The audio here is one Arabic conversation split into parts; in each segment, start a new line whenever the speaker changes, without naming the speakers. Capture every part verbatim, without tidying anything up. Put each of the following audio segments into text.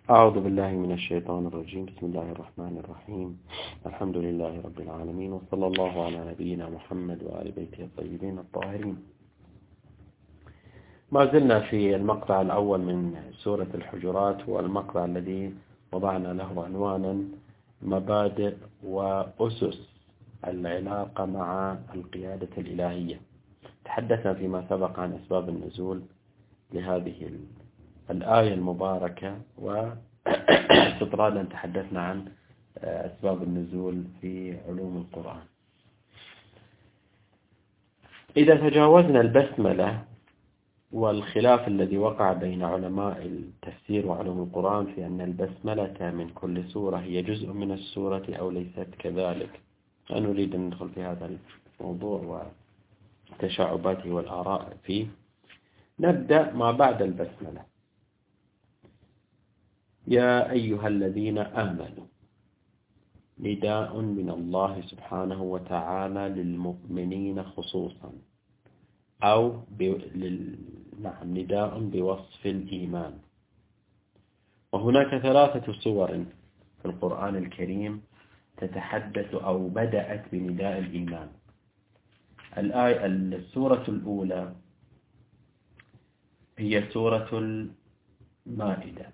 أعوذ بالله من الشيطان الرجيم. بسم الله الرحمن الرحيم. الحمد لله رب العالمين، وصلى الله على نبينا محمد وآل بيته الطيبين الطاهرين. ما زلنا في المقطع الأول من سورة الحجرات، والمقطع الذي وضعنا له عنوانا مبادئ وأسس العلاقة مع القيادة الإلهية. تحدثنا فيما سبق عن أسباب النزول لهذه الآية المباركة، واستطرادا تحدثنا عن أسباب النزول في علوم القرآن. إذا تجاوزنا البسملة والخلاف الذي وقع بين علماء التفسير وعلوم القرآن في أن البسملة من كل سورة هي جزء من السورة أو ليست كذلك، أنا أريد أن ندخل في هذا الموضوع وتشعباته والآراء فيه. نبدأ ما بعد البسملة. يا أيها الذين آمنوا، نداء من الله سبحانه وتعالى للمؤمنين خصوصا، أو ب... لل... نعم نداء بوصف الإيمان. وهناك ثلاثة صور في القرآن الكريم تتحدث أو بدأت بنداء الإيمان. الآية السورة الأولى هي سورة المائدة،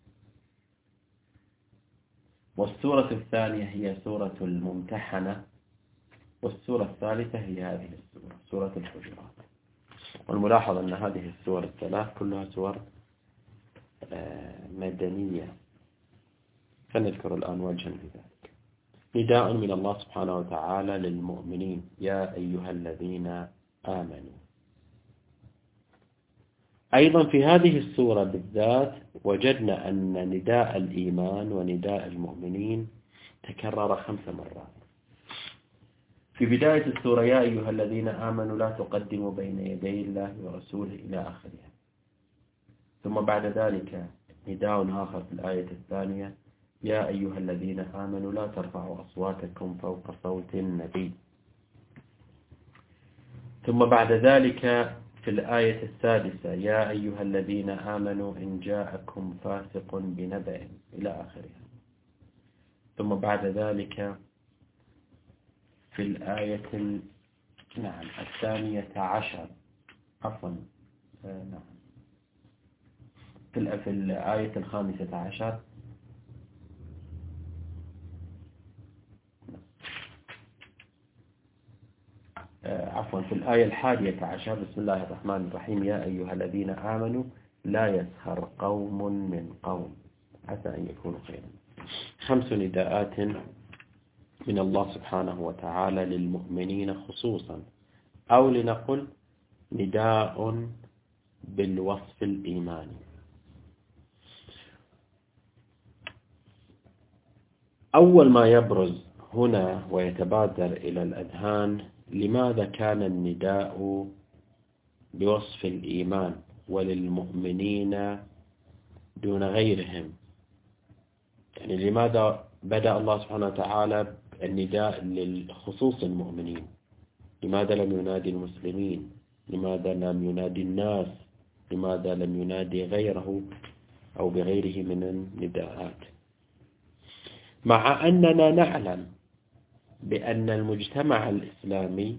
والسورة الثانية هي سورة الممتحنة، والسورة الثالثة هي هذه السورة سورة الحجرات. والملاحظ أن هذه السور الثلاث كلها سور مدنية، فنذكر الآن وجها لذلك. نداء من الله سبحانه وتعالى للمؤمنين، يا أيها الذين آمنوا. أيضا في هذه السورة بالذات وجدنا أن نداء الإيمان ونداء المؤمنين تكرر خمس مرات. في بداية السورة يا أيها الذين آمنوا لا تقدموا بين يدي الله ورسوله إلى آخرها. ثم بعد ذلك نداء آخر في الآية الثانية يا أيها الذين آمنوا لا ترفعوا أصواتكم فوق صوت النبي. ثم بعد ذلك في الآية السادسة يا أيها الذين آمنوا إن جاءكم فاسق بنبأ إلى آخرها. ثم بعد ذلك في الآية ال... نعم الثانية عشر عفوا آه نعم في, في الآية الخامسة عشر آه عفوا في الآية الحادية عشر بسم الله الرحمن الرحيم يا أيها الذين آمنوا لا يسخر قوم من قوم عسى أن يكونوا خيرا. خمس نداءات من الله سبحانه وتعالى للمؤمنين خصوصا، أو لنقل نداء بالوصف الإيماني. أول ما يبرز هنا ويتبادر إلى الأذهان لماذا كان النداء بوصف الإيمان وللمؤمنين دون غيرهم؟ يعني لماذا بدأ الله سبحانه وتعالى النداء للخصوص المؤمنين؟ لماذا لم ينادي المسلمين؟ لماذا لم ينادي الناس؟ لماذا لم ينادي غيره أو بغيره من النداءات؟ مع أننا نعلم بأن المجتمع الإسلامي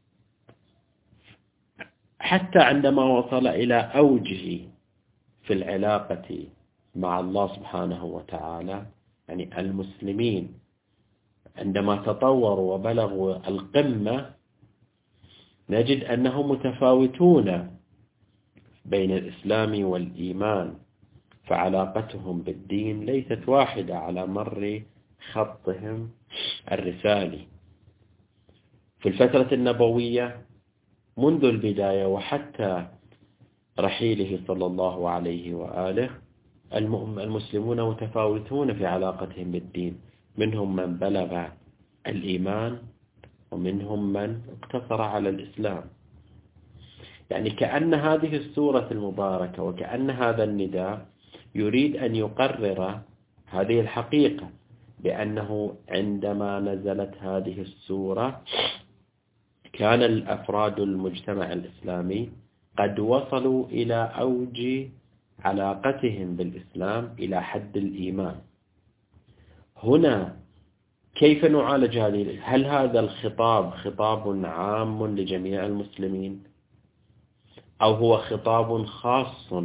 حتى عندما وصل إلى أوجه في العلاقة مع الله سبحانه وتعالى، يعني المسلمين عندما تطوروا وبلغوا القمة نجد أنهم متفاوتون بين الإسلام والإيمان، فعلاقتهم بالدين ليست واحدة على مر خطهم الرسالي. في الفترة النبوية منذ البداية وحتى رحيله صلى الله عليه وآله المسلمون متفاوتون في علاقتهم بالدين، منهم من بلغ الإيمان ومنهم من اقتصر على الإسلام. يعني كأن هذه السورة المباركة وكأن هذا النداء يريد أن يقرر هذه الحقيقة، بأنه عندما نزلت هذه السورة كان الأفراد المجتمع الإسلامي قد وصلوا إلى أوج علاقتهم بالإسلام إلى حد الإيمان. هنا كيف نعالج هذه؟ هل هذا الخطاب خطاب عام لجميع المسلمين أو هو خطاب خاص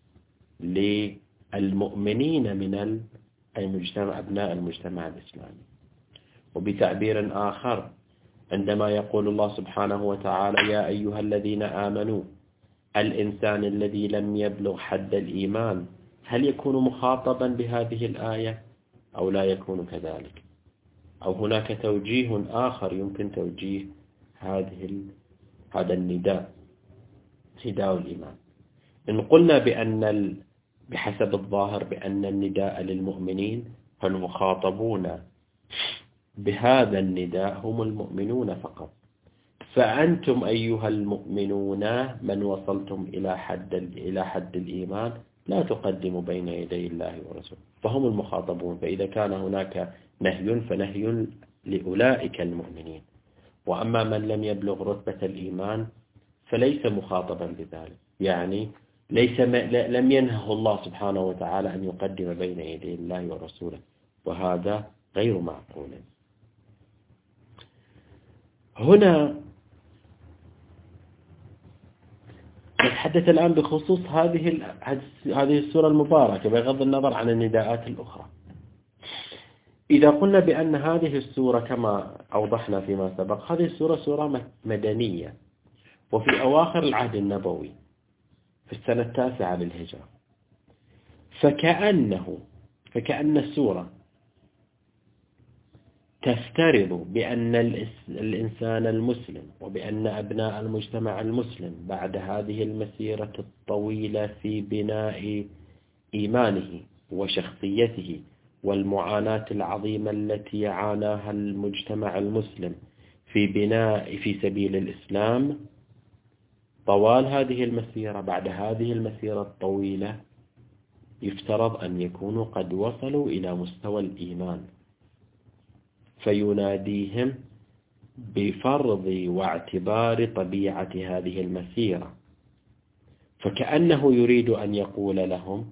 للمؤمنين من المجتمع أبناء المجتمع الإسلامي؟ وبتعبير آخر، عندما يقول الله سبحانه وتعالى يا أيها الذين آمنوا، الإنسان الذي لم يبلغ حد الإيمان، هل يكون مخاطبا بهذه الآية أو لا يكون كذلك؟ أو هناك توجيه آخر يمكن توجيه هذه هذا النداء، نداء الإيمان. إن قلنا بأن ال... بحسب الظاهر بأن النداء للمؤمنين، فالمخاطبون بهذا النداء هم المؤمنون فقط، فأنتم أيها المؤمنون من وصلتم إلى حد إلى حد الإيمان لا تقدموا بين يدي الله ورسوله، فهم المخاطبون. فإذا كان هناك نهي فنهي لأولئك المؤمنين، وأما من لم يبلغ رتبة الإيمان فليس مخاطبا بذلك، يعني ليس لم ينهه الله سبحانه وتعالى أن يقدم بين يدي الله ورسوله، وهذا غير معقول. هنا نتحدث الآن بخصوص هذه هذه السورة المباركة بغض النظر عن النداءات الأخرى. إذا قلنا بأن هذه السورة كما أوضحنا فيما سبق، هذه السورة سورة مدنية وفي أواخر العهد النبوي في السنة التاسعة للهجرة، فكأنه فكأن السورة تفترض بأن الإنسان المسلم وبأن أبناء المجتمع المسلم بعد هذه المسيرة الطويلة في بناء إيمانه وشخصيته والمعاناة العظيمة التي عاناها المجتمع المسلم في بناء في سبيل الإسلام طوال هذه المسيرة، بعد هذه المسيرة الطويلة يفترض أن يكونوا قد وصلوا إلى مستوى الإيمان، فيناديهم بفرض واعتبار طبيعة هذه المسيرة. فكأنه يريد أن يقول لهم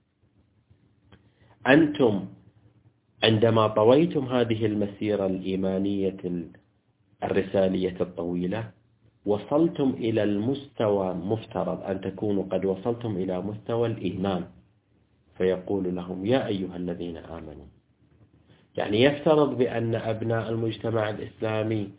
أنتم عندما طويتم هذه المسيرة الإيمانية الرسالية الطويلة وصلتم إلى المستوى، مفترض أن تكونوا قد وصلتم إلى مستوى الإيمان، فيقول لهم يا أيها الذين آمنوا. يعني يفترض بأن أبناء المجتمع الإسلامي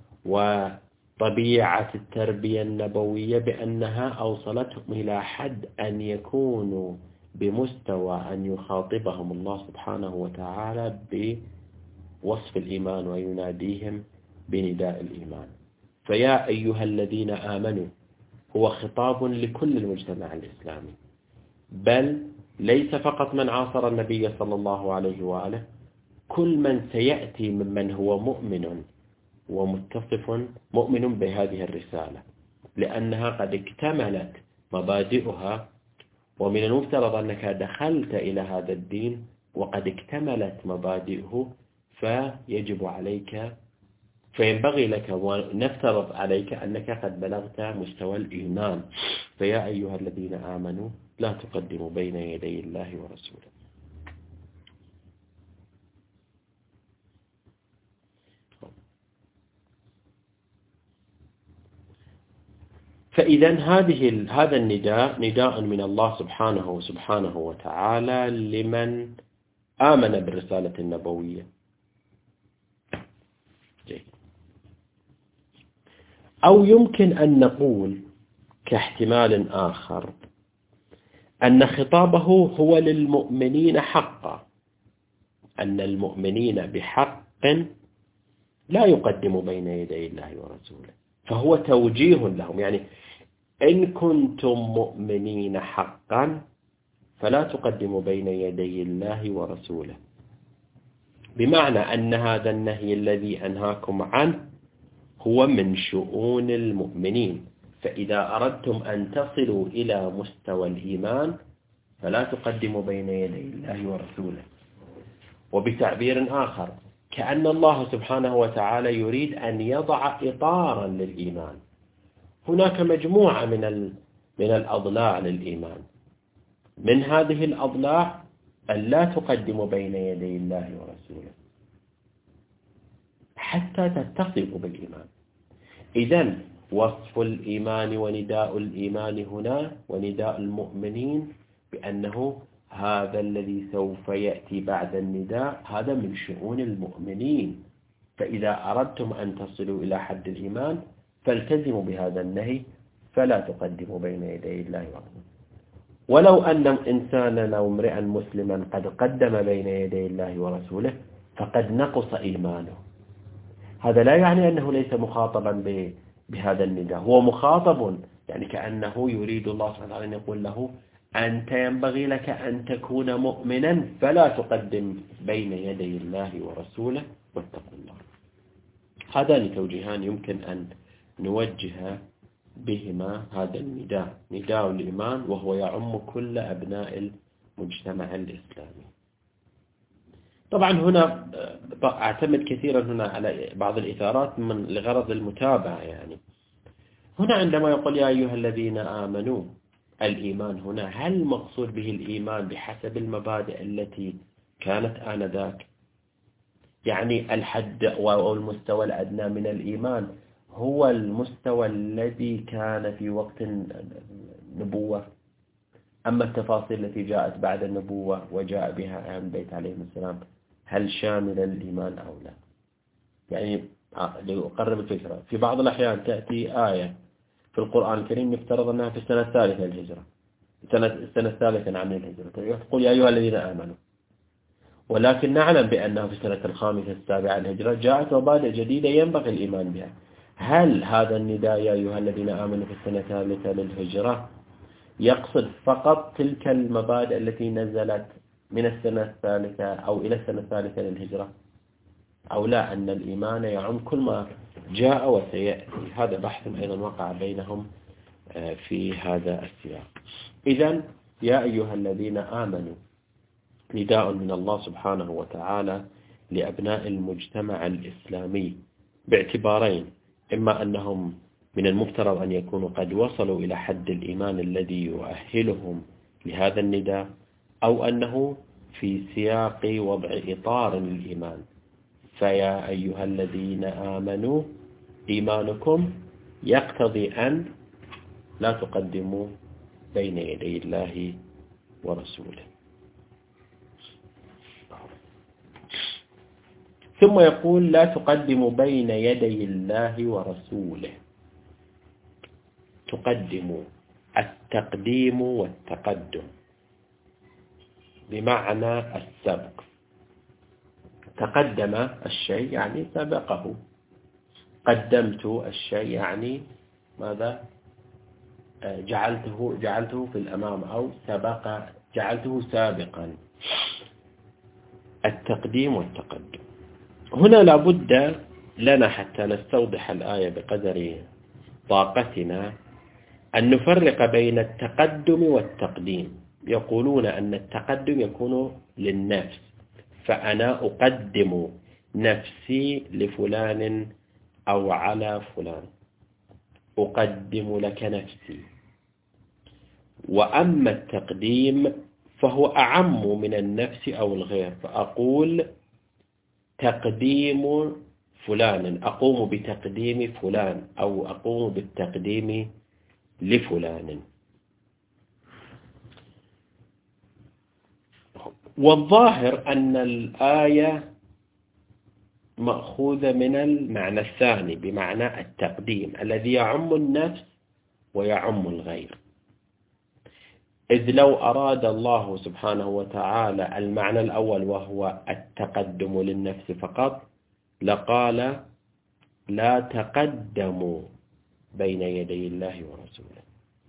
وطبيعة التربية النبوية بأنها أوصلتهم إلى حد أن يكونوا بمستوى أن يخاطبهم الله سبحانه وتعالى بوصف الإيمان ويناديهم بنداء الإيمان. فيا أيها الذين آمنوا هو خطاب لكل المجتمع الإسلامي، بل ليس فقط من عاصر النبي صلى الله عليه وآله، كل من سيأتي ممن هو مؤمن ومتصف مؤمن بهذه الرسالة، لأنها قد اكتملت مبادئها، ومن المفترض أنك دخلت إلى هذا الدين وقد اكتملت مبادئه، فيجب عليك فينبغي لك ونفترض عليك أنك قد بلغت مستوى الإيمان. فيا أيها الذين آمنوا لا تقدموا بين يدي الله ورسوله. فإذا هذه هذا النداء نداء من الله سبحانه سبحانه وتعالى لمن آمن بالرسالة النبوية. جيد. أو يمكن أن نقول كاحتمال آخر أن خطابه هو للمؤمنين حقا، أن المؤمنين بحق لا يقدم بين يدي الله ورسوله، فهو توجيه لهم. يعني إن كنتم مؤمنين حقا فلا تقدموا بين يدي الله ورسوله، بمعنى أن هذا النهي الذي أنهاكم عنه هو من شؤون المؤمنين، فإذا أردتم أن تصلوا إلى مستوى الإيمان فلا تقدموا بين يدي الله ورسوله. وبتعبير آخر، كأن الله سبحانه وتعالى يريد أن يضع إطارا للإيمان. هناك مجموعة من من الأضلاع للإيمان، من هذه الأضلاع أن لا تقدموا بين يدي الله ورسوله حتى تتصفوا بالإيمان. إذن وصف الإيمان ونداء الإيمان هنا ونداء المؤمنين بأنه هذا الذي سوف يأتي بعد النداء هذا من شؤون المؤمنين، فإذا أردتم أن تصلوا إلى حد الإيمان فالتزموا بهذا النهي، فلا تقدموا بين يدي الله ورسوله. ولو أن إنسانا أو امرئا مسلما قد قدم بين يدي الله ورسوله فقد نقص إيمانه. هذا لا يعني أنه ليس مخاطبا بهذا النداء، هو مخاطب، يعني كأنه يريد الله سبحانه وتعالى أن يقول له أنت ينبغي لك أن تكون مؤمنا فلا تقدم بين يدي الله ورسوله واتقوا الله. هذان توجيهان يمكن أن نوجه بهما هذا النداء، نداء الإيمان وهو يعم كل أبناء المجتمع الإسلامي. طبعا هنا أعتمد كثيرا هنا على بعض الإثارات من لغرض المتابعة. يعني هنا عندما يقول يا أيها الذين آمنوا، الإيمان هنا هل مقصود به الإيمان بحسب المبادئ التي كانت آنذاك؟ يعني الحد أو المستوى الأدنى من الإيمان هو المستوى الذي كان في وقت النبوة، أما التفاصيل التي جاءت بعد النبوة وجاء بها أهل البيت عليهم السلام هل شامل الإيمان أو لا؟ يعني لأقرب الفكرة، في بعض الأحيان تأتي آية في القرآن الكريم يفترض أنها في السنة الثالثة للهجرة، السنة الثالثة عن الهجرة، تقول يا أيها الذين آمنوا، ولكن نعلم بأنه في السنة الخامسة السابعة للهجرة جاءت مبادئ جديدة ينبغي الإيمان بها. هل هذا النداء يا أيها الذين آمنوا في السنة الثالثة للهجرة يقصد فقط تلك المبادئ التي نزلت من السنة الثالثة أو إلى السنة الثالثة للهجرة، أو لا أن الإيمان يعم كل ما جاء وسيأتي؟ هذا بحث أيضا وقع بينهم في هذا السياق. إذن يا أيها الذين آمنوا نداء من الله سبحانه وتعالى لأبناء المجتمع الإسلامي باعتبارين: إما أنهم من المفترض أن يكونوا قد وصلوا إلى حد الإيمان الذي يؤهلهم لهذا النداء، أو أنه في سياق وضع إطار للإيمان. فيا أيها الذين آمنوا إيمانكم يقتضي أن لا تقدموا بين يدي الله ورسوله. ثم يقول لا تقدموا بين يدي الله ورسوله. تقدموا، التقديم والتقدم بمعنى السبق. تقدم الشيء يعني سبقه، قدمت الشيء يعني ماذا؟ جعلته جعلته في الأمام أو سبق، جعلته سابقا. التقديم والتقدم هنا لابد لنا حتى نستوضح الآية بقدر طاقتنا أن نفرق بين التقدم والتقديم. يقولون أن التقدم يكون للنفس، فأنا أقدم نفسي لفلان أو على فلان، أقدم لك نفسي. وأما التقديم فهو أعم من النفس أو الغير، فأقول تقديم فلان، أقوم بتقديم فلان أو أقوم بالتقديم لفلان. والظاهر أن الآية مأخوذة من المعنى الثاني بمعنى التقديم الذي يعم النفس ويعم الغير. إذ لو أراد الله سبحانه وتعالى المعنى الأول وهو التقدم للنفس فقط لقال لا تقدموا بين يدي الله ورسوله.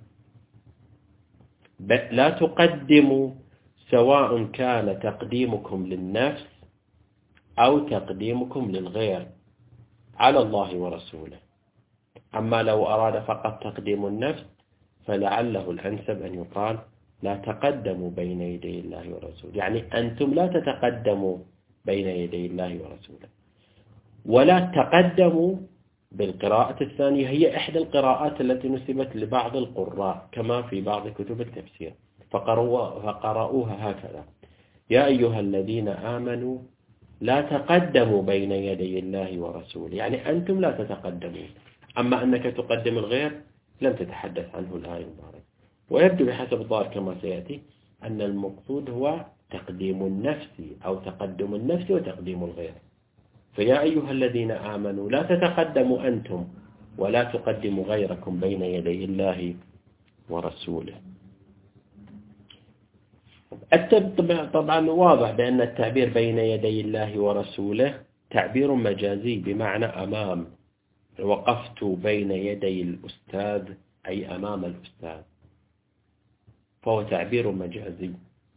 لا تقدموا، سواء كان تقديمكم للنفس أو تقديمكم للغير على الله ورسوله. أما لو أراد فقط تقديم النفس فلعله الأنسب أن يقال لا تقدموا بين يدي الله ورسوله، يعني أنتم لا تتقدموا بين يدي الله ورسوله. ولا تقدموا بالقراءة الثانية، هي إحدى القراءات التي نسبت لبعض القراء كما في بعض كتب التفسير، فقرأوها هكذا: يا أيها الذين آمنوا لا تقدموا بين يدي الله ورسوله، يعني أنتم لا تتقدمون، أما أنك تقدم الغير لم تتحدث عنه الآية المباركة. ويبدو بحسب الظاهر كما سيأتي أن المقصود هو تقديم النفس أو تقدم النفس وتقديم الغير. فيا أيها الذين آمنوا لا تتقدموا أنتم ولا تقدموا غيركم بين يدي الله ورسوله. طبعا واضح بأن التعبير بين يدي الله ورسوله تعبير مجازي، بمعنى أمام. وقفت بين يدي الأستاذ أي أمام الأستاذ، فهو تعبير مجازي،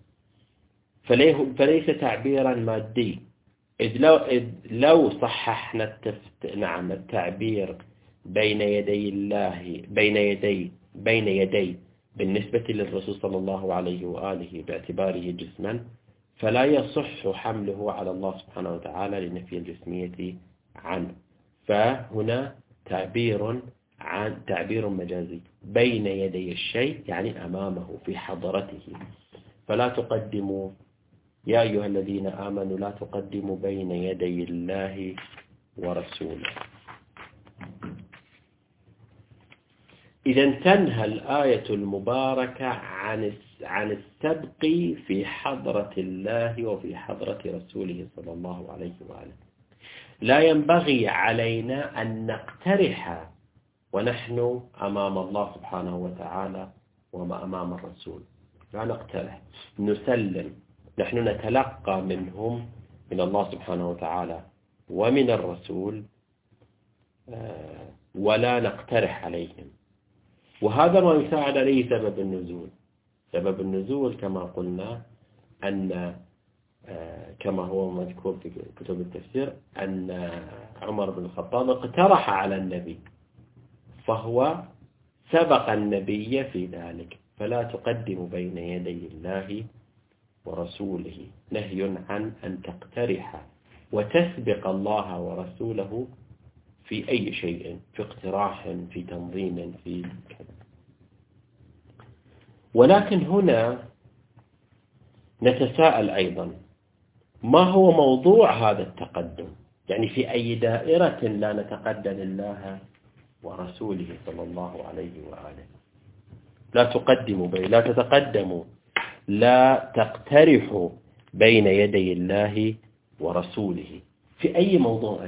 فليس تعبيرا مادي. إذ لو, إذ لو صححنا التفت... نعم التعبير بين يدي الله بين يدي بين يدي بالنسبة للرسول صلى الله عليه وآله باعتباره جسما، فلا يصح حمله على الله سبحانه وتعالى لنفي الجسمية عنه. فهنا تعبير عن تعبير مجازي بين يدي الشيء، يعني أمامه في حضرته. فلا تقدموا يا أيها الذين آمنوا لا تقدموا بين يدي الله ورسوله. إذا تنهى الآية المباركة عن عن السبق في حضرة الله وفي حضرة رسوله صلى الله عليه وآله. لا ينبغي علينا أن نقترح ونحن أمام الله سبحانه وتعالى وما أمام الرسول، لا نقترح، نسلم. نحن نتلقى منهم من الله سبحانه وتعالى ومن الرسول ولا نقترح عليهم. وهذا ما يساعد عليه سبب النزول. سبب النزول كما قلنا أن كما هو مذكور في كتب التفسير أن عمر بن الخطاب اقترح على النبي، فهو سبق النبي في ذلك. فلا تقدم بين يدي الله ورسوله، نهي عن أن تقترح وتسبق الله ورسوله في أي شيء، في اقتراح، في تنظيم، في كذا. ولكن هنا نتساءل أيضا ما هو موضوع هذا التقدم؟ يعني في أي دائرة لا نتقدم الله ورسوله صلى الله عليه وآله. لا تقدموا بين لا تتقدموا لا تقترحوا بين يدي الله ورسوله في أي موضوع.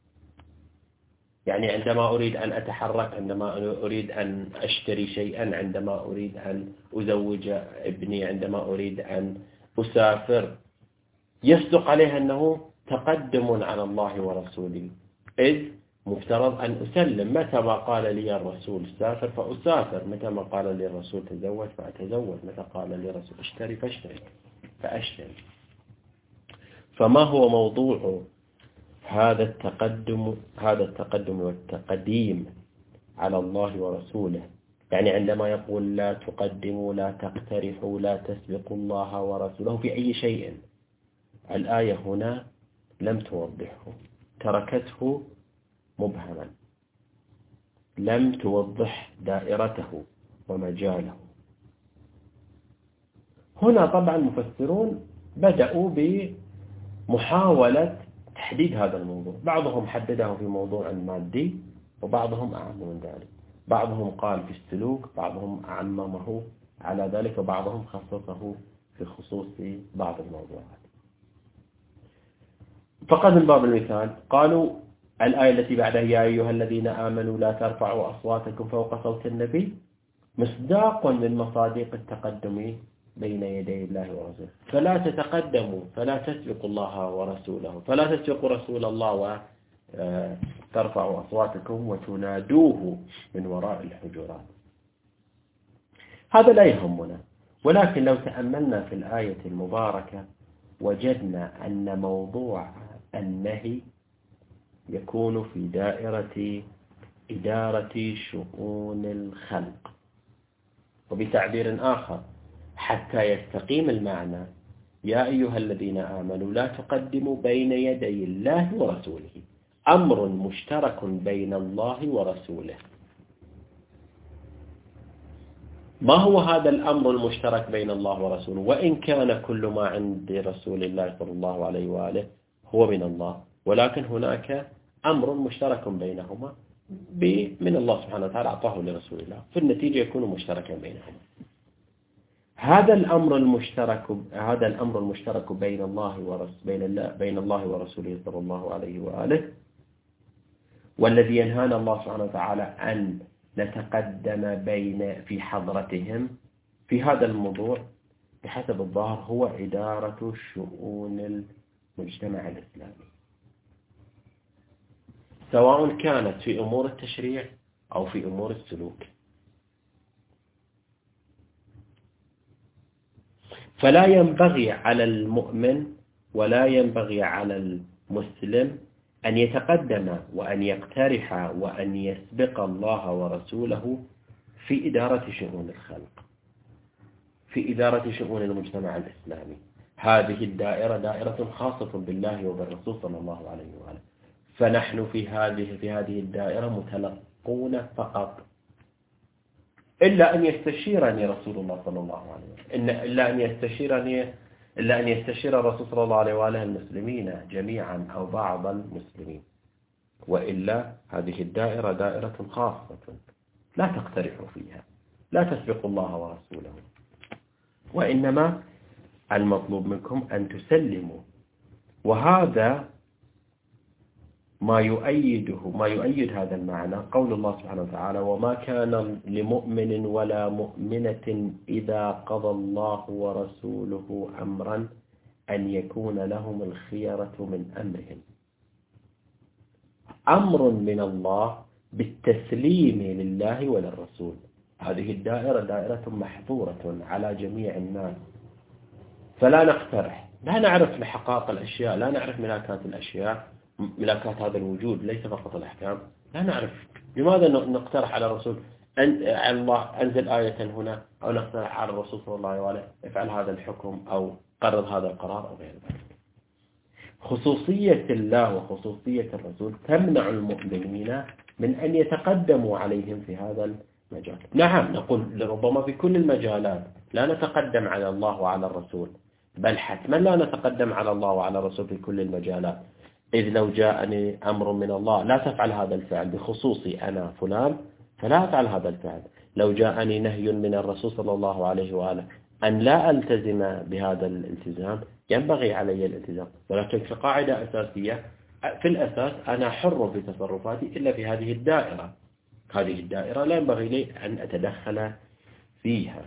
يعني عندما أريد أن أتحرك، عندما أريد أن أشتري شيئا، عندما أريد أن أزوج ابني، عندما أريد أن أسافر، يصدق عليه أنه تقدم على الله ورسوله. إذ مفترض أن أسلم. متى ما قال لي الرسول سافر فأسافر، متى ما قال لي الرسول تزوج فأتزوج، متى قال لي الرسول اشتري فاشتري فأشتري. فما هو موضوع هذا التقدم هذا التقدم والتقديم على الله ورسوله؟ يعني عندما يقول لا تقدموا لا تقترحوا لا تسبقوا الله ورسوله في أي شيء، الآية هنا لم توضحه، تركته مبهما، لم توضح دائرته ومجاله. هنا طبعا المفسرون بدأوا بمحاولة تحديد هذا الموضوع. بعضهم حدده في موضوع مادي وبعضهم أعم من ذلك. بعضهم قال في السلوك، بعضهم أعممه على ذلك، وبعضهم خصصه في خصوص بعض الموضوعات. فقط من باب المثال قالوا الآية التي بعدها يا أيها الذين آمنوا لا ترفعوا أصواتكم فوق صوت النبي مصداق من مصادق التقدم بين يدي الله ورسوله. فلا تتقدموا، فلا تسبقوا الله ورسوله، فلا تسبقوا رسول الله وترفعوا أصواتكم وتنادوه من وراء الحجرات. هذا لا يهمنا. ولكن لو تأملنا في الآية المباركة وجدنا أن موضوع النهي يكون في دائرة إدارة شؤون الخلق. وبتعبير آخر حتى يستقيم المعنى يا أيها الذين آمنوا لا تقدموا بين يدي الله ورسوله، أمر مشترك بين الله ورسوله. ما هو هذا الأمر المشترك بين الله ورسوله؟ وإن كان كل ما عند رسول الله صلى الله عليه وآله هو من الله، ولكن هناك أمر مشترك بينهما من الله سبحانه وتعالى أعطاه لرسول الله، في النتيجة يكون مشتركا بينهما. هذا الأمر المشترك هذا الأمر المشترك بين الله ورسول بين الله بين الله ورسوله صلى الله عليه وآله، والذي ينهانا الله سبحانه وتعالى أن نتقدم بين في حضرتهم في هذا الموضوع بحسب الظاهر هو إدارة شؤون المجتمع الإسلامي، سواء كانت في أمور التشريع أو في أمور السلوك. فلا ينبغي على المؤمن ولا ينبغي على المسلم أن يتقدم وأن يقترح وأن يسبق الله ورسوله في إدارة شؤون الخلق، في إدارة شؤون المجتمع الإسلامي. هذه الدائرة دائرة خاصة بالله وبالرسول صلى الله عليه وآله، فنحن في هذه في هذه الدائرة متلقون فقط، إلا أن يستشيرني رسول الله صلى الله عليه وسلم، إلا أن يستشيرني إلا أن يستشير الرسول صلى الله عليه وآله المسلمين جميعا أو بعض المسلمين، وإلا هذه الدائرة دائرة خاصة لا تقترحوا فيها، لا تسبقوا الله ورسوله، وإنما المطلوب منكم أن تسلموا. وهذا ما يؤيده ما يؤيد هذا المعنى قول الله سبحانه وتعالى: وما كان لمؤمن ولا مؤمنة إذا قضى الله ورسوله أمرا أن يكون لهم الخيرة من أمرهم. أمر من الله بالتسليم لله وللرسول. هذه الدائرة دائرة محظورة على جميع الناس، فلا نقترح، لا نعرف لحقائق الأشياء، لا نعرف ملاكات الأشياء، ملاكات هذا الوجود ليس فقط الأحكام، لا نعرف. لماذا نقترح على الرسول أن الله أنزل آية هنا، أو نقترح على الرسول صلى الله عليه وسلم افعل هذا الحكم أو قرر هذا القرار أو غير ذلك؟ خصوصية الله وخصوصية الرسول تمنع المؤمنين من أن يتقدموا عليهم في هذا المجال. نعم، نقول ربما في كل المجالات لا نتقدم على الله وعلى الرسول، بل حتما لا نتقدم على الله وعلى الرسول في كل المجالات. إذ لو جاءني أمر من الله لا تفعل هذا الفعل بخصوصي أنا فلان فلا أفعل هذا الفعل، لو جاءني نهي من الرسول صلى الله عليه وآله أن لا ألتزم بهذا الالتزام ينبغي علي الالتزام، ولكن في قاعدة أساسية في الأساس أنا حر في تصرفاتي إلا في هذه الدائرة. هذه الدائرة لا ينبغي لي أن أتدخل فيها.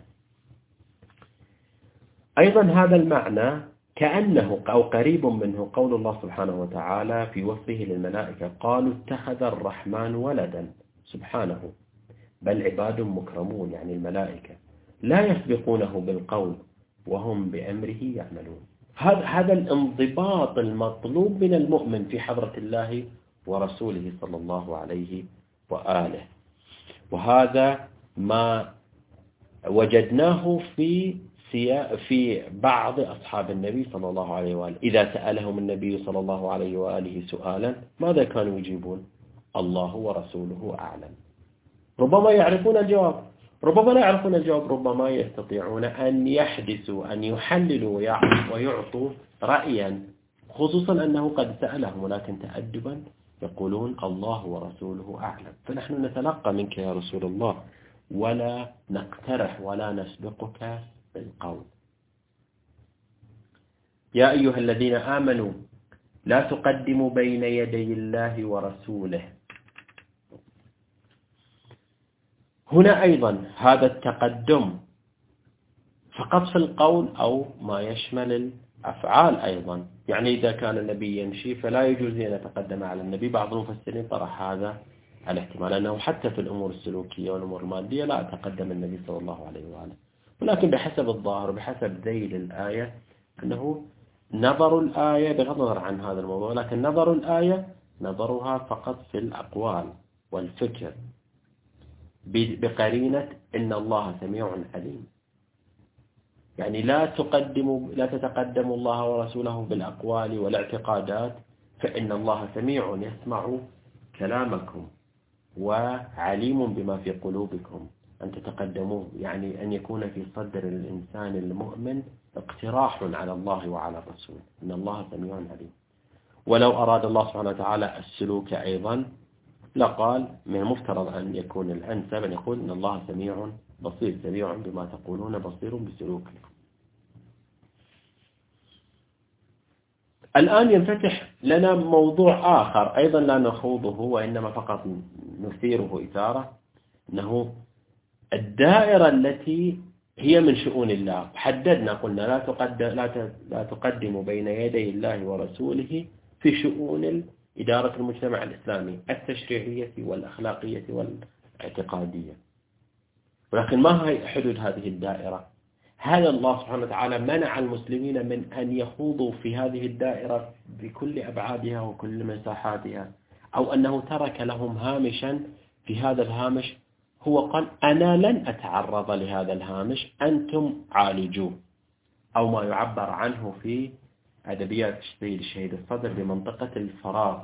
أيضا هذا المعنى كأنه أو قريب منه قول الله سبحانه وتعالى في وصفه للملائكة: قالوا اتخذ الرحمن ولدا، سبحانه، بل عباد مكرمون، يعني الملائكة لا يسبقونه بالقول وهم بأمره يعملون. هذا هذا الانضباط المطلوب من المؤمن في حضرة الله ورسوله صلى الله عليه وآله، وهذا ما وجدناه في في بعض أصحاب النبي صلى الله عليه وآله. إذا سألهم النبي صلى الله عليه وآله سؤالا ماذا كانوا يجيبون؟ الله ورسوله أعلم. ربما يعرفون الجواب، ربما لا يعرفون الجواب، ربما يستطيعون أن يحدثوا أن يحللوا ويعطوا رأيا، خصوصا أنه قد سألهم، ولكن تأدبا يقولون الله ورسوله أعلم. فنحن نتلقى منك يا رسول الله ولا نقترح ولا نسبقك بالقول. يا أيها الذين آمنوا لا تقدموا بين يدي الله ورسوله. هنا أيضا هذا التقدم فقط في القول أو ما يشمل الأفعال أيضا، يعني إذا كان النبي يمشي فلا يجوز أن يتقدم على النبي. بعض المفسرين طرح هذا الاحتمال أنه حتى في الأمور السلوكية والأمور المادية لا يتقدم النبي صلى الله عليه وآله، ولكن بحسب الظاهر وبحسب ذيل الآية أنه نظر الآية بغض النظر عن هذا الموضوع، لكن نظر الآية نظرها فقط في الأقوال والفكر بقرينة إن الله سميع عليم، يعني لا تقدم لا تتقدم الله ورسوله بالأقوال والاعتقادات، فإن الله سميع يسمع كلامكم وعليم بما في قلوبكم. أن تتقدموه، يعني أن يكون في صدر الإنسان المؤمن اقتراح على الله وعلى الرسول، إن الله سميع عليم. ولو أراد الله سبحانه وتعالى السلوك أيضا لقال من المفترض أن يكون الأنسب أن يقول إن الله سميع بصير، سميع بما تقولون بصير بسلوككم. الآن ينفتح لنا موضوع آخر أيضا لا نخوضه وإنما فقط نثيره إثارة، أنه الدائرة التي هي من شؤون الله. حددنا قلنا لا تقدم, لا لا تقدم بين يدي الله ورسوله في شؤون إدارة المجتمع الإسلامي التشريعية والأخلاقية والاعتقادية. ولكن ما هي حدود هذه الدائرة؟ هل الله سبحانه وتعالى منع المسلمين من أن يخوضوا في هذه الدائرة بكل أبعادها وكل مساحاتها، أو أنه ترك لهم هامشا في هذا الهامش هو قال أنا لن أتعرض لهذا الهامش، أنتم عالجوه، أو ما يعبر عنه في أدبيات السيد الشهيد الصدر بمنطقة الفراغ.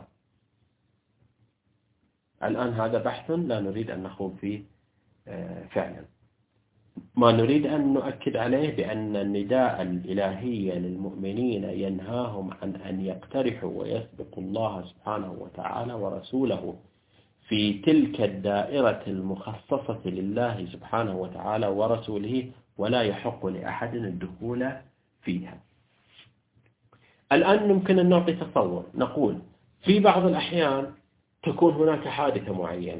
الآن هذا بحث لا نريد أن نخوض فيه فعلا. ما نريد أن نؤكد عليه بأن النداء الإلهي للمؤمنين ينهاهم عن أن يقترحوا ويسبقوا الله سبحانه وتعالى ورسوله في تلك الدائرة المخصصة لله سبحانه وتعالى ورسوله، ولا يحق لأحد الدخول فيها. الآن ممكن أن نعطي تصور، نقول في بعض الأحيان تكون هناك حادثة معينة،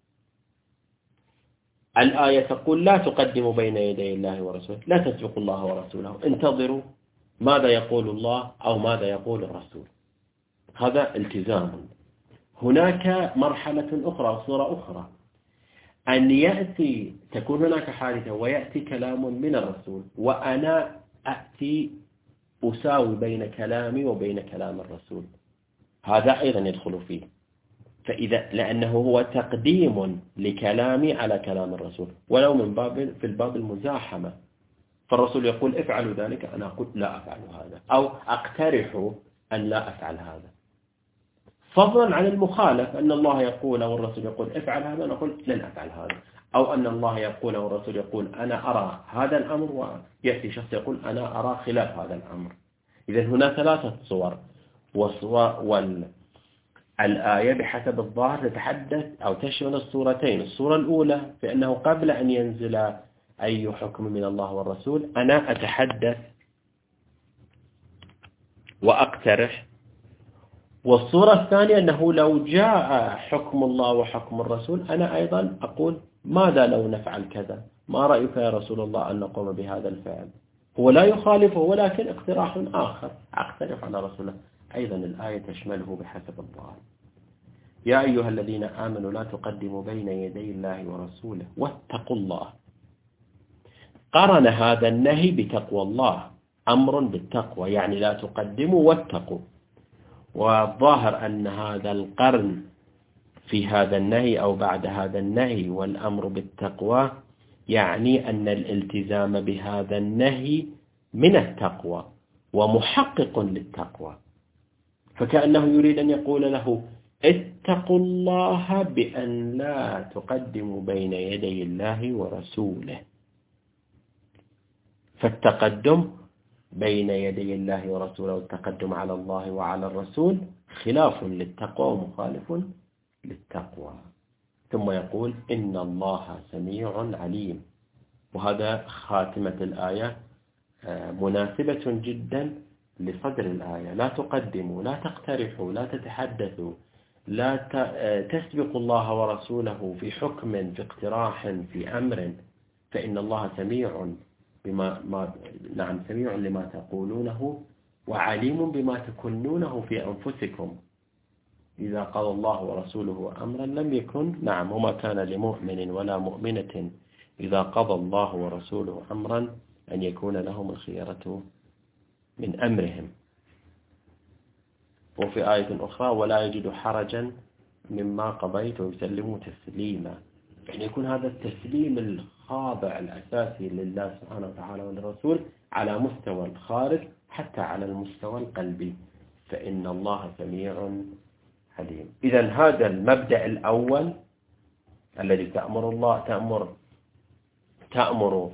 الآية تقول لا تقدموا بين يدي الله ورسوله، لا تسبقوا الله ورسوله، انتظروا ماذا يقول الله أو ماذا يقول الرسول. هذا التزام. هناك مرحلة أخرى، صورة أخرى، أن يأتي تكون هناك حادثة ويأتي كلام من الرسول، وأنا أأتي أساوي بين كلامي وبين كلام الرسول، هذا أيضا يدخل فيه. فإذا لأنه هو تقديم لكلامي على كلام الرسول، ولو من باب في الباب المزاحمة، فالرسول يقول افعلوا ذلك، أنا أقول لا أفعل هذا، أو أقترح أن لا أفعل هذا. فضلا عن المخالف، أن الله يقول أو الرسول يقول افعل هذا، نقول لن أفعل هذا، أو أن الله يقول أو الرسول يقول أنا أرى هذا الأمر، ويأتي شخص يقول أنا أرى خلاف هذا الأمر. إذن هنا ثلاثة صور، وال الآية بحسب الظاهر تتحدث أو تشمل الصورتين. الصورة الأولى فإنه قبل أن ينزل أي حكم من الله والرسول أنا أتحدث وأقترح. والصورة الثانية أنه لو جاء حكم الله وحكم الرسول أنا أيضا أقول ماذا لو نفعل كذا، ما رأيك يا رسول الله أن نقوم بهذا الفعل. هو لا يخالفه ولكن اقتراح آخر أقترح على رسوله. أيضا الآية تشمله بحسب الظاهر. يا أيها الذين آمنوا لا تقدموا بين يدي الله ورسوله واتقوا الله. قرن هذا النهي بتقوى الله، أمر بالتقوى، يعني لا تقدموا واتقوا. والظاهر أن هذا القرن في هذا النهي أو بعد هذا النهي والأمر بالتقوى يعني أن الالتزام بهذا النهي من التقوى ومحقق للتقوى. فكأنه يريد أن يقول له اتقوا الله بأن لا تقدموا بين يدي الله ورسوله. فالتقدم بين يدي الله ورسوله والتقدم على الله وعلى الرسول خلاف للتقوى ومخالف للتقوى. ثم يقول إن الله سميع عليم. وهذا خاتمة الآية مناسبة جدا لصدر الآية. لا تقدموا، لا تقترحوا، لا تتحدثوا، لا تسبقوا الله ورسوله في حكم، في اقتراح، في أمر، فإن الله سميع بما ما نعم سميع لما تقولونه وعليم بما تكنونه في أنفسكم. إذا قال الله ورسوله أمرا لم يكن نعم وما كان لمؤمن ولا مؤمنة إذا قضى الله ورسوله أمرا أن يكون لهم الخيرة من أمرهم. وفي آية أخرى ولا يجد حرجا مما قضيت ويسلموا تسليما. يعني يكون هذا التسليم الخاضع الأساسي لله سبحانه وتعالى والرسول على مستوى الخارج حتى على المستوى القلبي، فإن الله سميع عليم. إذن هذا المبدأ الأول الذي تأمر الله تأمر تأمر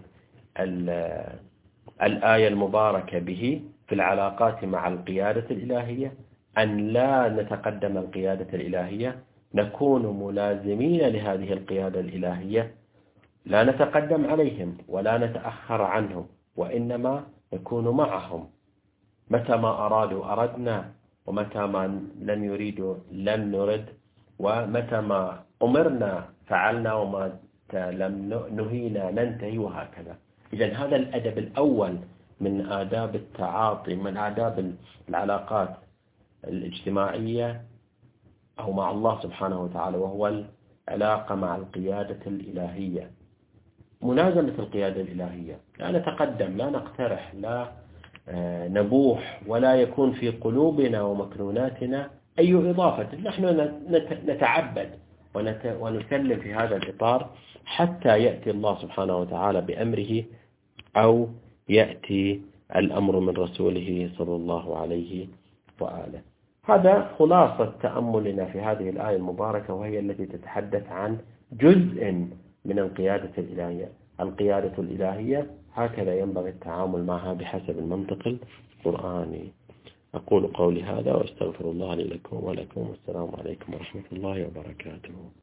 الآية المباركة به في العلاقات مع القيادة الإلهية أن لا نتقدم القيادة الإلهية، نكون ملازمين لهذه القيادة الإلهية، لا نتقدم عليهم ولا نتأخر عنهم، وإنما نكون معهم. متى ما أرادوا أردنا، ومتى ما لم يريدوا لم نرد، ومتى ما أمرنا فعلنا، وما لم نهينا ننتهي، وهكذا. إذن هذا الأدب الأول من آداب التعاطي، من آداب العلاقات الاجتماعية أو مع الله سبحانه وتعالى، وهو العلاقة مع القيادة الإلهية، ملازمة القيادة الإلهية، لا نتقدم، لا نقترح، لا نبوح، ولا يكون في قلوبنا ومكنوناتنا أي إضافة. نحن نتعبد ونسلم في هذا الإطار حتى يأتي الله سبحانه وتعالى بأمره، أو يأتي الأمر من رسوله صلى الله عليه وآله. هذا خلاصة تأملنا في هذه الآية المباركة، وهي التي تتحدث عن جزء من القيادة الإلهية. القيادة الإلهية هكذا ينبغي التعامل معها بحسب المنطق القرآني. أقول قولي هذا وأستغفر الله لي لكم ولكم، والسلام عليكم ورحمة الله وبركاته.